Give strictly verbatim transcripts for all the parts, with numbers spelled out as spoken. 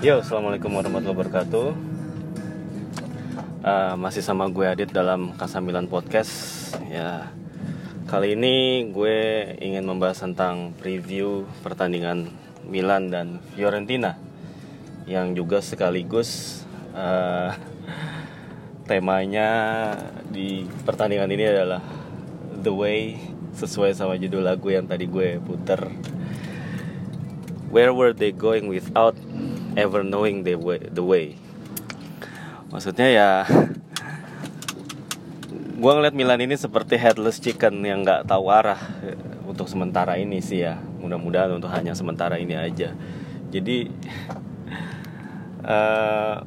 Yo, assalamualaikum warahmatullahi wabarakatuh. Uh, masih sama gue Adit dalam Kasamilan Podcast. Ya, kali ini gue ingin membahas tentang preview pertandingan Milan dan Fiorentina, yang juga sekaligus uh, temanya di pertandingan ini adalah The Way, sesuai sama judul lagu yang tadi gue puter. Where were they going without ever knowing the way, the way. Maksudnya ya, gue ngeliat Milan ini seperti headless chicken yang gak tahu arah untuk sementara ini sih ya. Mudah-mudahan untuk hanya sementara ini aja. Jadi uh,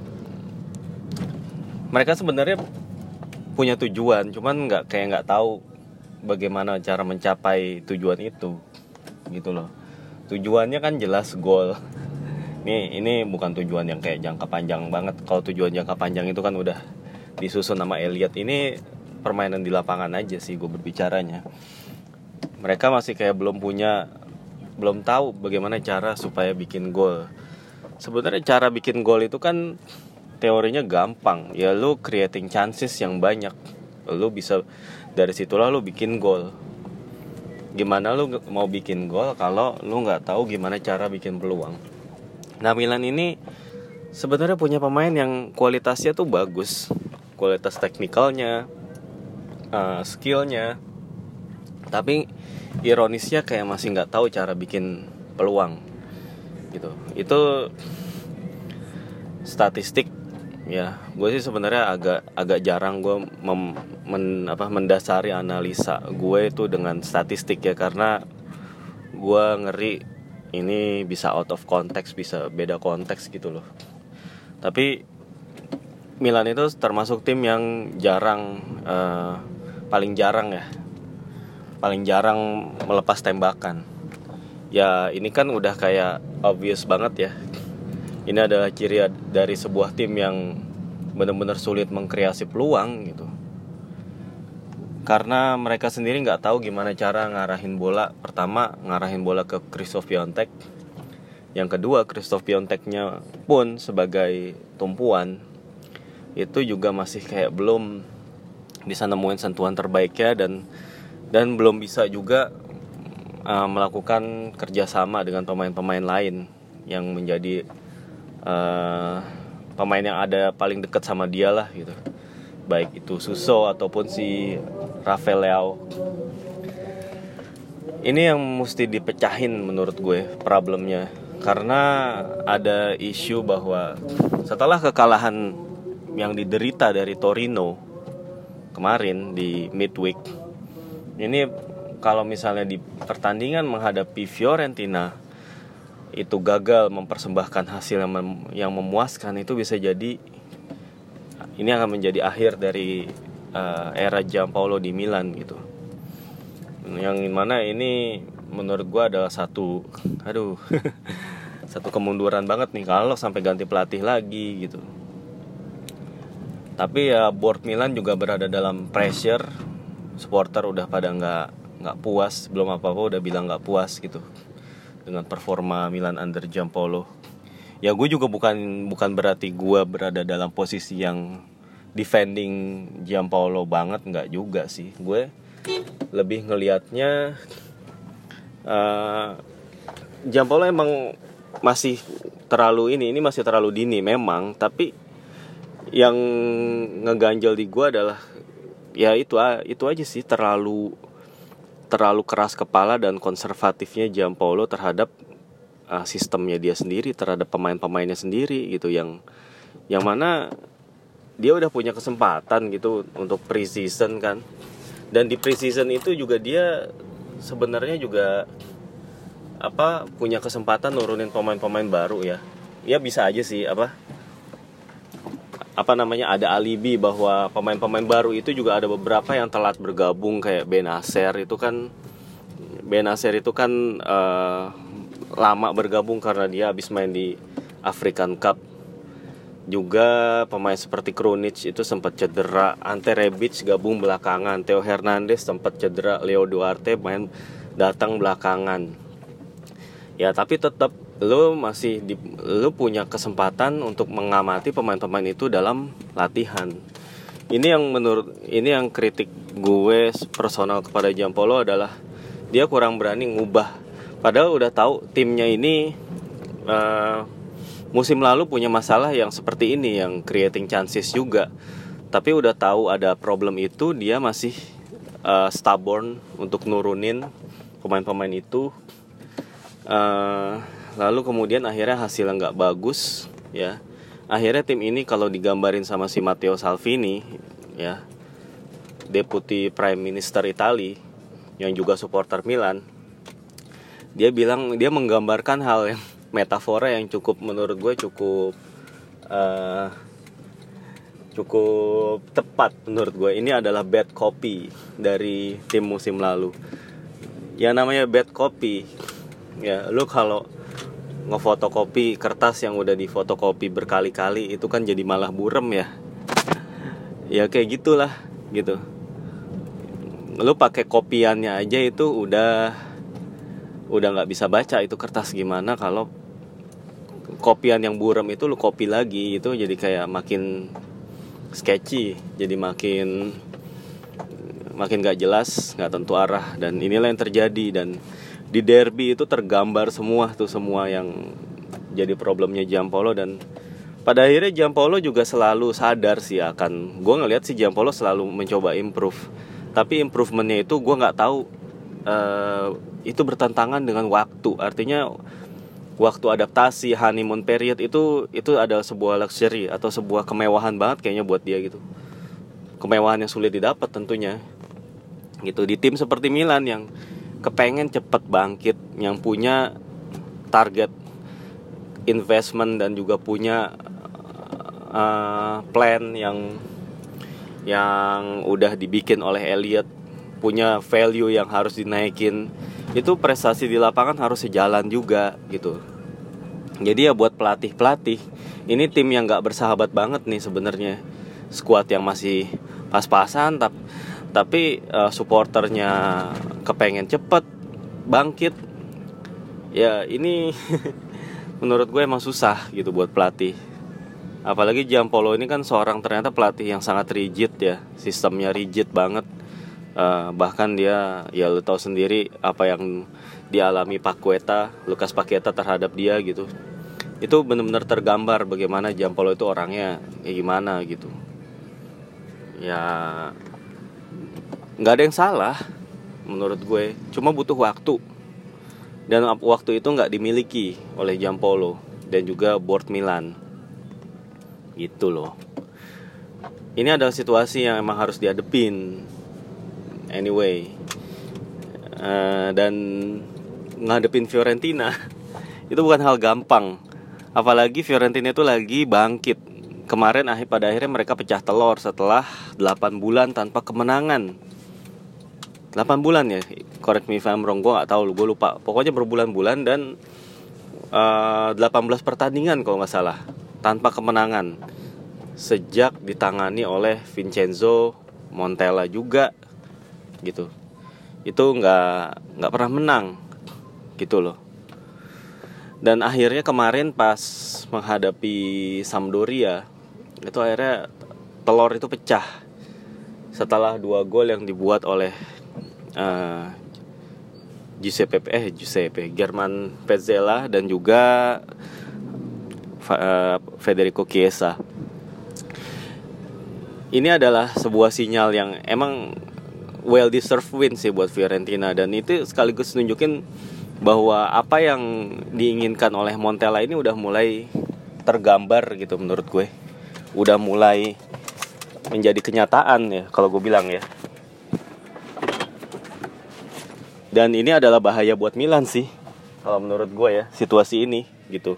mereka sebenarnya punya tujuan, cuman nggak kayak nggak tahu bagaimana cara mencapai tujuan itu, gitu loh. Tujuannya kan jelas gol. Nih, ini bukan tujuan yang kayak jangka panjang banget. Kalau tujuan jangka panjang itu kan udah disusun sama Elliot. Ini permainan di lapangan aja sih gue berbicaranya. Mereka masih kayak belum punya, belum tahu bagaimana cara supaya bikin gol. Sebenarnya cara bikin gol itu kan teorinya gampang. Ya lu creating chances yang banyak. Lu bisa dari situlah lu bikin gol. Gimana lu mau bikin gol kalau lu nggak tahu gimana cara bikin peluang? Nah, Milan ini sebenarnya punya pemain yang kualitasnya tuh bagus, kualitas teknikalnya, uh, skillnya, tapi ironisnya kayak masih nggak tahu cara bikin peluang, gitu. Itu statistik, ya. Gue sih sebenarnya agak agak jarang gue mem, men, apa, mendasari analisa gue itu dengan statistik ya, karena gue ngeri ini bisa out of context, bisa beda konteks gitu loh. Tapi Milan itu termasuk tim yang jarang, uh, paling jarang ya, paling jarang melepas tembakan. Ya ini kan udah kayak obvious banget ya. Ini adalah ciri dari sebuah tim yang benar-benar sulit mengkreasi peluang gitu. Karena mereka sendiri nggak tahu gimana cara ngarahin bola. Pertama, ngarahin bola ke Krzysztof Piątek. Yang kedua, Krzysztof Piąteknya pun sebagai tumpuan itu juga masih kayak belum bisa nemuin sentuhan terbaiknya, dan dan belum bisa juga uh, melakukan kerjasama dengan pemain-pemain lain yang menjadi uh, pemain yang ada paling dekat sama dia lah gitu. Baik itu Suso ataupun si Rafael Leao. Ini yang mesti dipecahin menurut gue problemnya. Karena ada isu bahwa setelah kekalahan yang diderita dari Torino kemarin di midweek, ini kalau misalnya di pertandingan menghadapi Fiorentina itu gagal mempersembahkan hasil yang, mem- yang memuaskan, itu bisa jadi ini akan menjadi akhir dari uh, era Giampaolo di Milan gitu. Yang mana ini menurut gue adalah satu, aduh, satu kemunduran banget nih kalau sampai ganti pelatih lagi gitu. Tapi ya board Milan juga berada dalam pressure, supporter udah pada nggak nggak puas, belum apa-apa udah bilang nggak puas gitu dengan performa Milan under Giampaolo. Ya gue juga bukan bukan berarti gue berada dalam posisi yang defending Giampaolo banget, nggak juga sih. Gue lebih ngelihatnya uh, Giampaolo emang masih terlalu ini ini masih terlalu dini memang, tapi yang ngeganjel di gue adalah ya itu itu aja sih, terlalu terlalu keras kepala dan konservatifnya Giampaolo terhadap Uh, sistemnya dia sendiri, terhadap pemain-pemainnya sendiri gitu, yang yang mana dia udah punya kesempatan gitu untuk pre-season kan, dan di pre-season itu juga dia sebenarnya juga apa punya kesempatan nurunin pemain-pemain baru ya. Ya bisa aja sih apa apa namanya ada alibi bahwa pemain-pemain baru itu juga ada beberapa yang telat bergabung, kayak Benacer itu kan Benacer itu kan uh, lama bergabung karena dia habis main di African Cup. Juga pemain seperti Krunic itu sempat cedera, Ante Rebic gabung belakangan, Theo Hernandez sempat cedera, Leo Duarte main datang belakangan. Ya tapi tetap lu masih di, lu punya kesempatan untuk mengamati pemain-pemain itu dalam latihan. Ini yang menurut ini yang kritik gue personal kepada Giampolo adalah dia kurang berani ngubah. Padahal udah tahu timnya ini uh, musim lalu punya masalah yang seperti ini, yang creating chances juga. Tapi udah tahu ada problem itu, dia masih uh, stubborn untuk nurunin pemain-pemain itu. Uh, lalu kemudian akhirnya hasilnya nggak bagus, ya. Akhirnya tim ini kalau digambarin sama si Matteo Salvini, ya, Deputi Prime Minister Italia yang juga supporter Milan, dia bilang, dia menggambarkan hal yang metafora yang cukup, menurut gue cukup uh, cukup tepat menurut gue. Ini adalah bad copy dari tim musim lalu. Yang namanya bad copy, ya, lu kalau ngefotokopi kertas yang udah difotokopi berkali-kali itu kan jadi malah burem ya. Ya kayak gitulah gitu. Lu pakai kopiannya aja itu udah udah nggak bisa baca itu kertas gimana kalau kopian yang burem itu lu copy lagi, itu jadi kayak makin sketchy, jadi makin makin nggak jelas, nggak tentu arah. Dan inilah yang terjadi. Dan di derby itu tergambar semua tuh semua yang jadi problemnya Giampolo. Dan pada akhirnya Giampolo juga selalu sadar sih akan, gue ngelihat si Giampolo selalu mencoba improve, tapi improvementnya itu gue nggak tahu uh, itu bertentangan dengan waktu. Artinya waktu adaptasi, honeymoon period itu itu adalah sebuah luxury atau sebuah kemewahan banget kayaknya buat dia gitu, kemewahan yang sulit didapat tentunya gitu di tim seperti Milan yang kepengen cepet bangkit, yang punya target investment dan juga punya uh, plan yang yang udah dibikin oleh Elliot, punya value yang harus dinaikin. Itu prestasi di lapangan harus sejalan juga gitu. Jadi ya buat pelatih-pelatih, ini tim yang gak bersahabat banget nih sebenarnya. Skuad yang masih pas-pasan, tapi, tapi uh, supporternya kepengen cepet bangkit. Ya ini menurut gue emang susah gitu buat pelatih. Apalagi Giampolo ini kan seorang ternyata pelatih yang sangat rigid ya, sistemnya rigid banget. Uh, bahkan dia, ya lu tahu sendiri apa yang dialami Paqueta, Lucas Paqueta terhadap dia gitu. Itu benar-benar tergambar bagaimana Giampolo itu orangnya kayak gimana gitu. Ya nggak ada yang salah menurut gue, cuma butuh waktu. Dan waktu itu nggak dimiliki oleh Giampolo dan juga board Milan gitu loh. Ini adalah situasi yang emang harus dihadepin anyway. uh, Dan ngadepin Fiorentina itu bukan hal gampang. Apalagi Fiorentina itu lagi bangkit. Kemarin akhir pada akhirnya mereka pecah telur setelah delapan bulan tanpa kemenangan. delapan bulan ya, correct me if I'm wrong, gue gak tahu, gue lupa. Pokoknya berbulan-bulan dan uh, delapan belas pertandingan kalau gak salah tanpa kemenangan sejak ditangani oleh Vincenzo Montella juga gitu. Itu gak, gak pernah menang gitu loh. Dan akhirnya kemarin pas menghadapi Sampdoria, itu akhirnya telur itu pecah setelah dua gol yang dibuat oleh Uh, Giuseppe eh Giuseppe German Pezzella dan juga uh, Federico Chiesa. Ini adalah sebuah sinyal yang emang well deserved win sih buat Fiorentina, dan itu sekaligus nunjukin bahwa apa yang diinginkan oleh Montella ini udah mulai tergambar gitu menurut gue. Udah mulai menjadi kenyataan ya kalau gue bilang ya. Dan ini adalah bahaya buat Milan sih kalau menurut gue ya, situasi ini gitu.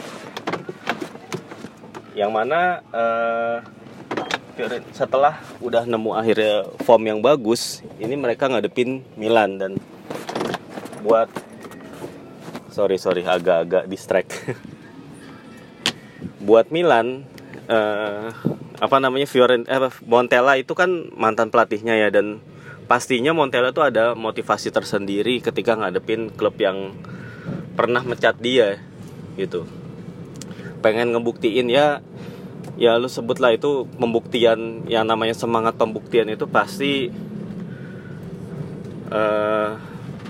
Yang mana uh, setelah udah nemu akhirnya form yang bagus, ini mereka ngadepin Milan. Dan buat sorry sorry agak-agak distract. Buat Milan, uh, apa namanya Fiorentina, eh, Montella itu kan mantan pelatihnya ya, dan pastinya Montella itu ada motivasi tersendiri ketika ngadepin klub yang pernah mecat dia gitu. Pengen ngebuktiin ya, ya lu sebutlah itu pembuktian. Yang namanya semangat pembuktian itu pasti uh,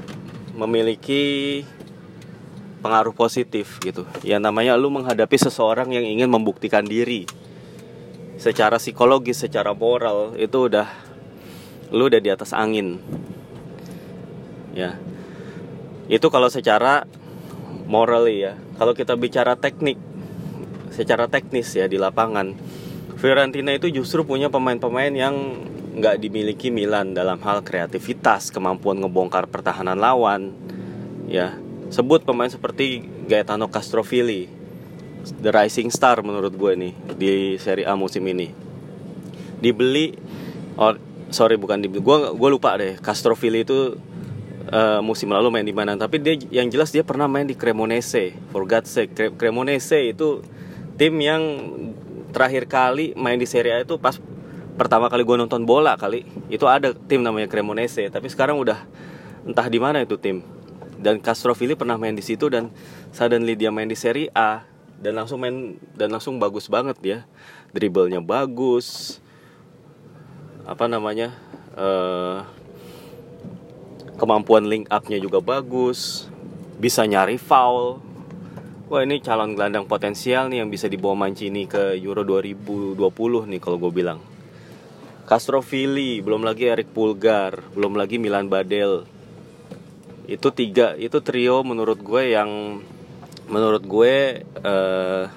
memiliki pengaruh positif gitu. Yang namanya lu menghadapi seseorang yang ingin membuktikan diri secara psikologis, secara moral, itu udah lu udah di atas angin. Ya. Itu kalau secara morally ya. Kalau kita bicara teknik, secara teknis ya di lapangan, Fiorentina itu justru punya pemain-pemain yang nggak dimiliki Milan dalam hal kreativitas, kemampuan ngebongkar pertahanan lawan. Ya, sebut pemain seperti Gaetano Castrovilli, the rising star menurut gue nih di Serie A musim ini. Dibeli, oh sorry bukan dibeli, gue gue lupa deh Castrovilli itu Uh, musim lalu main di mana, tapi dia yang jelas dia pernah main di Cremonese. For God's sake, Cremonese itu tim yang terakhir kali main di Serie A itu pas pertama kali gue nonton bola kali. Itu ada tim namanya Cremonese, tapi sekarang udah entah di mana itu tim. Dan Castrovilli pernah main di situ dan suddenly dia main di Serie A dan langsung main dan langsung bagus banget dia. Dribblenya bagus. Apa namanya? Uh, Kemampuan link up-nya juga bagus, bisa nyari foul. Wah, ini calon gelandang potensial nih yang bisa dibawa Mancini ke Euro dua ribu dua puluh nih kalau gue bilang. Castrovilli, belum lagi Eric Pulgar, belum lagi Milan Badel. Itu tiga, itu trio menurut gue yang menurut gue uh,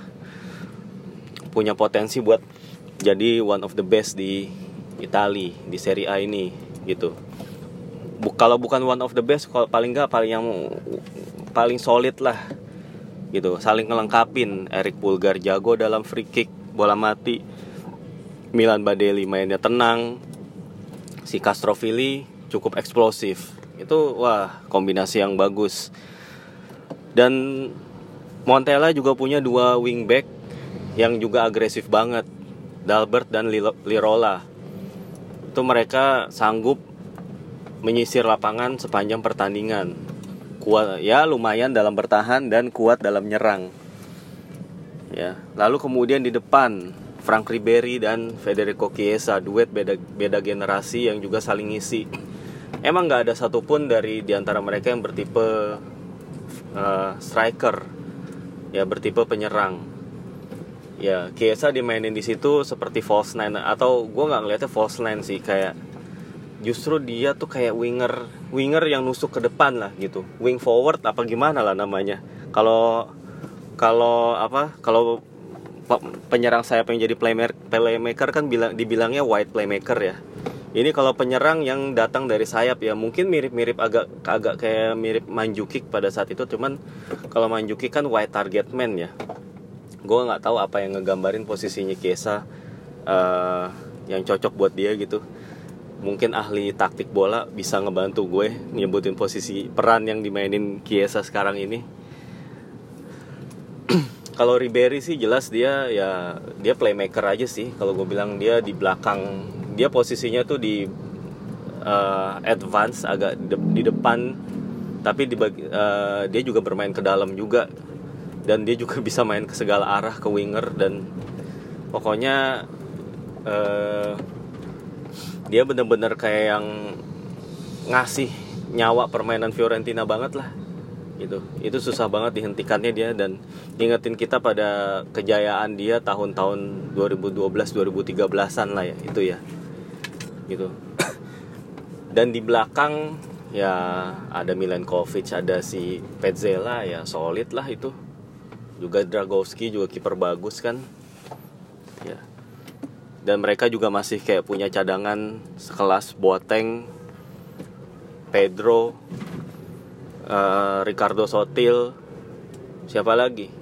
punya potensi buat jadi one of the best di Italia, di Serie A ini gitu. Kalau bukan one of the best, kalau paling nggak paling yang paling solid lah gitu, saling ngelengkapin. Eric Pulgar jago dalam free kick, bola mati. Milan Badeli mainnya tenang. Si Castrovilli cukup eksplosif. Itu wah, kombinasi yang bagus. Dan Montella juga punya dua wingback yang juga agresif banget, Dalbert dan Lirola. Itu mereka sanggup menyisir lapangan sepanjang pertandingan. Kuat ya, lumayan dalam bertahan dan kuat dalam nyerang. Ya, lalu kemudian di depan Frank Ribery dan Federico Chiesa, duet beda beda generasi yang juga saling ngisi. Emang nggak ada satupun dari diantara mereka yang bertipe uh, striker, ya bertipe penyerang. Ya, Chiesa dimainin di situ seperti false nine, atau gue nggak ngeliatnya false nine sih, kayak justru dia tuh kayak winger winger yang nusuk ke depan lah gitu, wing forward apa gimana lah namanya. Kalau kalau apa kalau penyerang sayap yang jadi playmaker playmaker kan bilang dibilangnya wide playmaker ya. Ini kalau penyerang yang datang dari sayap ya mungkin mirip-mirip agak agak kayak mirip Mandzukic pada saat itu, cuman kalau Mandzukic kan wide target man ya. Gue nggak tahu apa yang ngegambarin posisinya Chiesa uh, yang cocok buat dia gitu. Mungkin ahli taktik bola bisa ngebantu gue nyebutin posisi peran yang dimainin Chiesa sekarang ini. Kalau Ribery sih jelas dia ya dia playmaker aja sih. Kalau gue bilang dia di belakang, dia posisinya tuh di uh, advance agak di, di depan, tapi di bagi, uh, dia juga bermain ke dalam juga, dan dia juga bisa main ke segala arah, ke winger, dan pokoknya uh, dia bener-bener kayak yang ngasih nyawa permainan Fiorentina banget lah gitu. Itu susah banget dihentikannya dia, dan ingetin kita pada kejayaan dia tahun-tahun dua ribu dua belas dua ribu tiga belasan lah ya itu ya gitu. Dan di belakang ya ada Milenkovic, ada si Petzela, ya solid lah itu. Juga Dragowski juga kiper bagus kan ya. Dan mereka juga masih kayak punya cadangan sekelas Boateng, Pedro, uh, Ricardo Sotil, siapa lagi,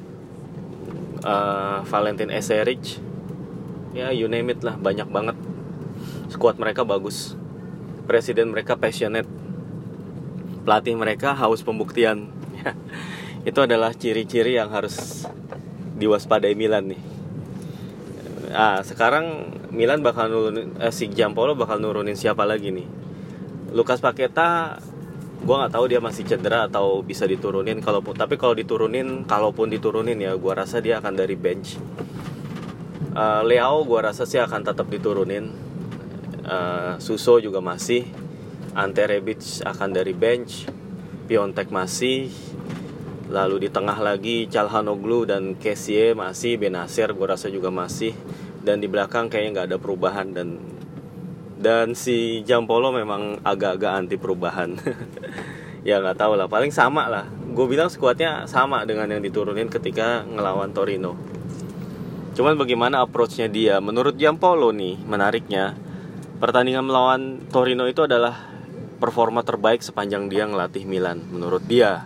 uh, Valentin Eserich, ya you name it lah, banyak banget. Skuad mereka bagus, presiden mereka passionate, pelatih mereka haus pembuktian. Itu adalah ciri-ciri yang harus diwaspadai Milan nih. Ah, sekarang Milan bakal nurunin, eh, si Giampolo bakal nurunin siapa lagi nih? Lucas Paqueta Gue nggak tahu dia masih cedera atau bisa diturunin. Kalaupun tapi kalau diturunin, kalaupun diturunin ya, gue rasa dia akan dari bench. Uh, Leao gue rasa sih akan tetap diturunin. Uh, Suso juga masih. Ante Rebic akan dari bench. Piontek masih. Lalu di tengah lagi Calhanoglu dan Kessie masih. Benacer gue rasa juga masih. Dan di belakang kayaknya nggak ada perubahan. Dan dan si Giampolo memang agak-agak anti perubahan. Ya nggak tahu lah, paling sama lah. Gue bilang skuadnya sama dengan yang diturunin ketika ngelawan Torino. Cuman bagaimana approach-nya dia? Menurut Giampolo nih, menariknya, pertandingan melawan Torino itu adalah performa terbaik sepanjang dia ngelatih Milan, menurut dia.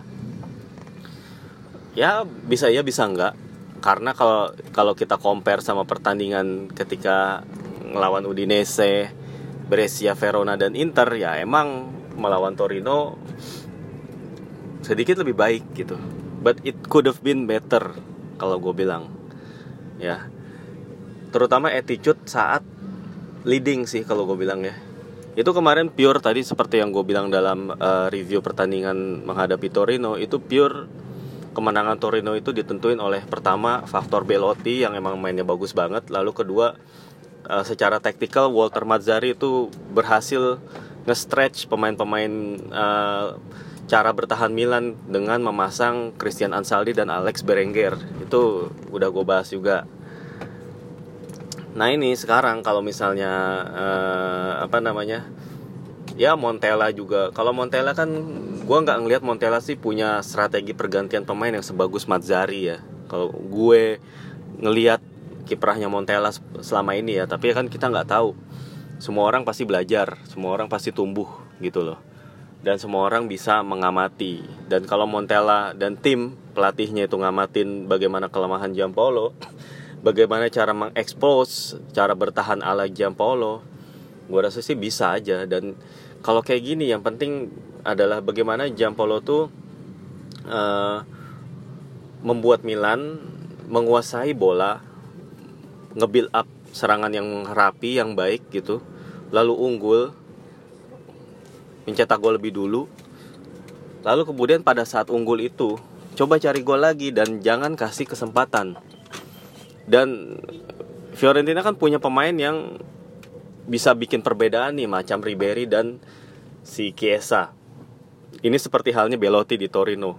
Ya bisa ya bisa enggak. Karena kalau kalau kita compare sama pertandingan ketika ngelawan Udinese, Brescia, Verona dan Inter, ya emang melawan Torino sedikit lebih baik gitu. But it could have been better kalau gue bilang. Ya, terutama attitude saat leading sih kalau gue bilang ya. Itu kemarin pure tadi seperti yang gue bilang dalam uh, review pertandingan menghadapi Torino, itu pure kemenangan Torino itu ditentuin oleh pertama faktor Belotti yang emang mainnya bagus banget, lalu kedua uh, secara taktikal Walter Mazzarri itu berhasil nge-stretch pemain-pemain uh, cara bertahan Milan dengan memasang Christian Ansaldi dan Alex Berenguer. Itu udah gue bahas juga. Nah ini sekarang kalau misalnya uh, apa namanya, ya Montella juga. Kalau Montella kan gue nggak ngelihat Montella sih punya strategi pergantian pemain yang sebagus Mazzarri ya. Kalau gue ngelihat kiprahnya Montella selama ini ya, tapi kan kita nggak tahu. Semua orang pasti belajar, semua orang pasti tumbuh gitu loh. Dan semua orang bisa mengamati. Dan kalau Montella dan tim pelatihnya itu ngamatin bagaimana kelemahan Giampolo, bagaimana cara mengekspos cara bertahan ala Giampolo, gue rasa sih bisa aja. Dan kalau kayak gini yang penting adalah bagaimana Giampolo tuh uh, membuat Milan menguasai bola, nge-build up serangan yang rapi, yang baik gitu, lalu unggul, mencetak gol lebih dulu. Lalu kemudian pada saat unggul itu coba cari gol lagi dan jangan kasih kesempatan. Dan Fiorentina kan punya pemain yang bisa bikin perbedaan nih, macam Ribery dan si Chiesa. Ini seperti halnya Belotti di Torino.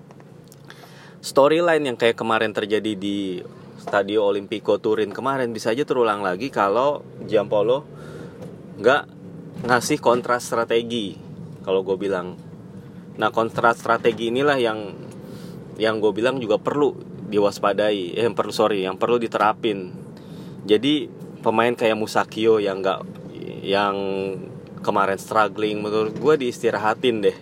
Storyline yang kayak kemarin terjadi di Stadio Olimpico Turin kemarin bisa aja terulang lagi kalau Giampolo nggak ngasih kontras strategi, kalau gue bilang. Nah kontras strategi inilah yang yang gue bilang juga perlu diwaspadai, eh, yang perlu sorry, yang perlu diterapin. Jadi pemain kayak Musakio yang nggak, yang kemarin struggling, menurut gue diistirahatin deh.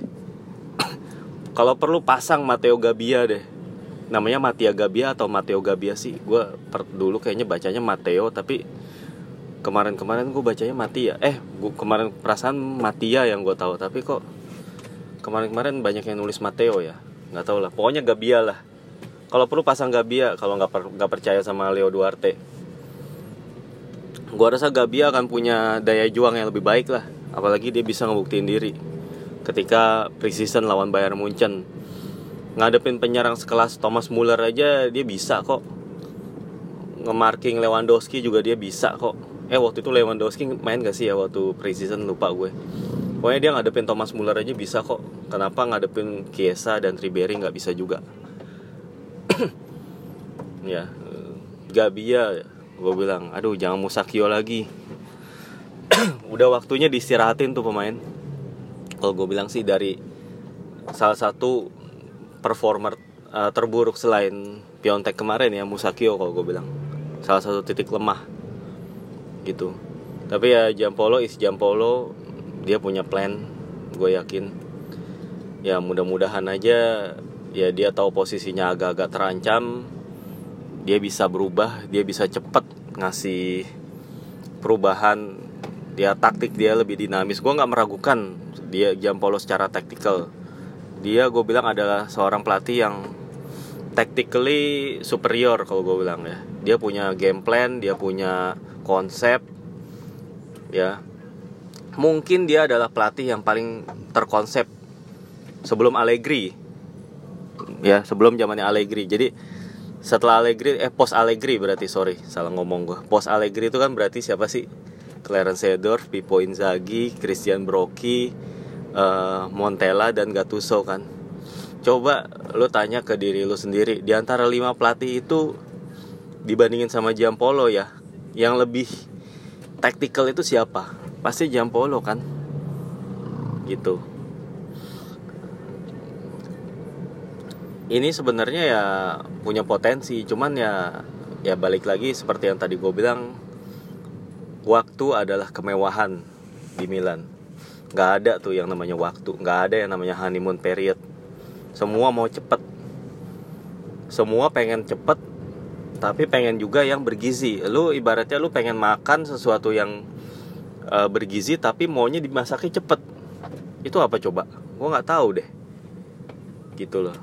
Kalau perlu pasang Matteo Gabbia deh. Namanya Mattia Gabbia atau Matteo Gabbia sih, gue per, dulu kayaknya bacanya Matteo, tapi kemarin-kemarin gue bacanya Mattia. Eh, gue kemarin perasaan Mattia yang gue tahu, tapi kok kemarin-kemarin banyak yang nulis Matteo ya. Nggak tahu lah. Pokoknya Gabbia lah. Kalau perlu pasang Gabbia kalau nggak per, nggak percaya sama Leo Duarte. Gue rasa Gabbia akan punya daya juang yang lebih baik lah. Apalagi dia bisa ngebuktiin diri ketika preseason lawan Bayern Munchen. Ngadepin penyerang sekelas Thomas Muller aja dia bisa kok. Nge-marking Lewandowski juga dia bisa kok. Eh waktu itu Lewandowski main gak sih ya waktu preseason, lupa gue. Pokoknya dia ngadepin Thomas Muller aja bisa kok. Kenapa ngadepin Chiesa dan Ribery gak bisa juga? Ya, Gabbia gue bilang, aduh jangan Musakio lagi. Udah waktunya diistirahatin tuh pemain. Kalau gue bilang sih dari salah satu performer uh, terburuk selain Piontek kemarin ya, Musakio kalau gue bilang. Salah satu titik lemah gitu. Tapi ya Giampolo is Giampolo, dia punya plan, gue yakin. Ya mudah-mudahan aja ya dia tahu posisinya agak-agak terancam, dia bisa berubah, dia bisa cepet ngasih perubahan. Dia taktik dia lebih dinamis. Gue nggak meragukan dia Giampolo secara taktikal. Dia gue bilang adalah seorang pelatih yang tactically superior kalau gue bilang ya. Dia punya game plan, dia punya konsep ya. Mungkin dia adalah pelatih yang paling terkonsep sebelum Allegri. Ya, sebelum zamannya Allegri. Jadi setelah Allegri, eh post Allegri berarti, sorry, salah ngomong gue. Post Allegri itu kan berarti siapa sih? Clarence Seedorf, Pippo Inzaghi, Christian Brocchi, uh, Montella dan Gattuso kan. Coba lo tanya ke diri lo sendiri, di antara lima pelatih itu dibandingin sama Giampolo ya, yang lebih tactical itu siapa? Pasti Giampolo kan. Gitu. Ini sebenarnya ya punya potensi, cuman ya ya balik lagi seperti yang tadi gue bilang, waktu adalah kemewahan di Milan. Gak ada tuh yang namanya waktu, gak ada yang namanya honeymoon period. Semua mau cepet, semua pengen cepet, tapi pengen juga yang bergizi. Lu ibaratnya lu pengen makan sesuatu yang uh, bergizi, tapi maunya dimasaknya cepet. Itu apa coba? Gue nggak tahu deh. Gitu loh.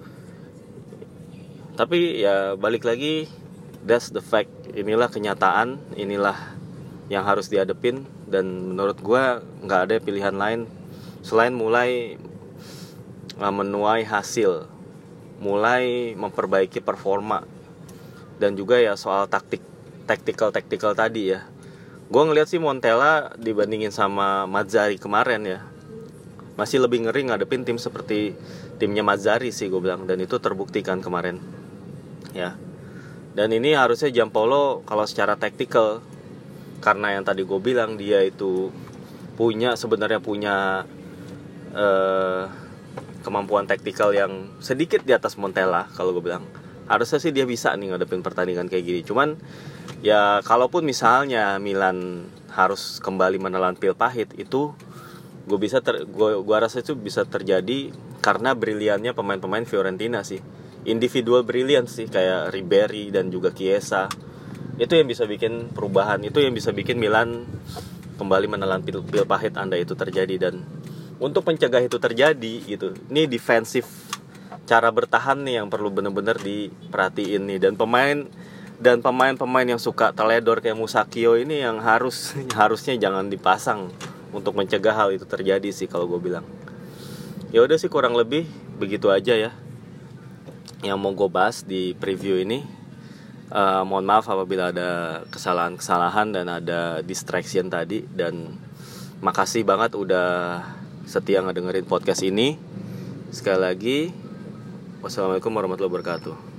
Tapi ya balik lagi, that's the fact. Inilah kenyataan, inilah yang harus dihadapin. Dan menurut gue nggak ada pilihan lain selain mulai uh, menuai hasil, mulai memperbaiki performa, dan juga ya soal taktik, tactical tactical tadi ya. Gue ngeliat sih Montella dibandingin sama Mazzarri kemarin ya, masih lebih ngeri ngadepin tim seperti timnya Mazzarri sih gue bilang, dan itu terbuktikan kemarin ya. Dan ini harusnya Giampolo kalau secara tactical, karena yang tadi gue bilang dia itu punya sebenarnya punya uh, kemampuan taktikal yang sedikit di atas Montella kalau gue bilang. Harusnya sih dia bisa nih ngadepin pertandingan kayak gini. Cuman ya kalaupun misalnya Milan harus kembali menelan pil pahit, itu gue bisa ter, gue gue rasa itu bisa terjadi karena briliannya pemain-pemain Fiorentina sih. Individual brilliant sih, kayak Ribery dan juga Chiesa. Itu yang bisa bikin perubahan, itu yang bisa bikin Milan kembali menelan pil, pil pahit andai itu terjadi. Dan untuk mencegah itu terjadi gitu, ini defensif, cara bertahan nih yang perlu benar-benar diperhatiin nih. Dan pemain dan pemain-pemain yang suka teledor kayak Musakio ini yang harus harusnya jangan dipasang untuk mencegah hal itu terjadi sih kalau gue bilang. Ya udah sih, kurang lebih begitu aja ya yang mau gue bahas di preview ini. Uh, mohon maaf apabila ada kesalahan-kesalahan dan ada distraction tadi. Dan makasih banget udah setia ngedengerin podcast ini. Sekali lagi, wassalamualaikum warahmatullahi wabarakatuh.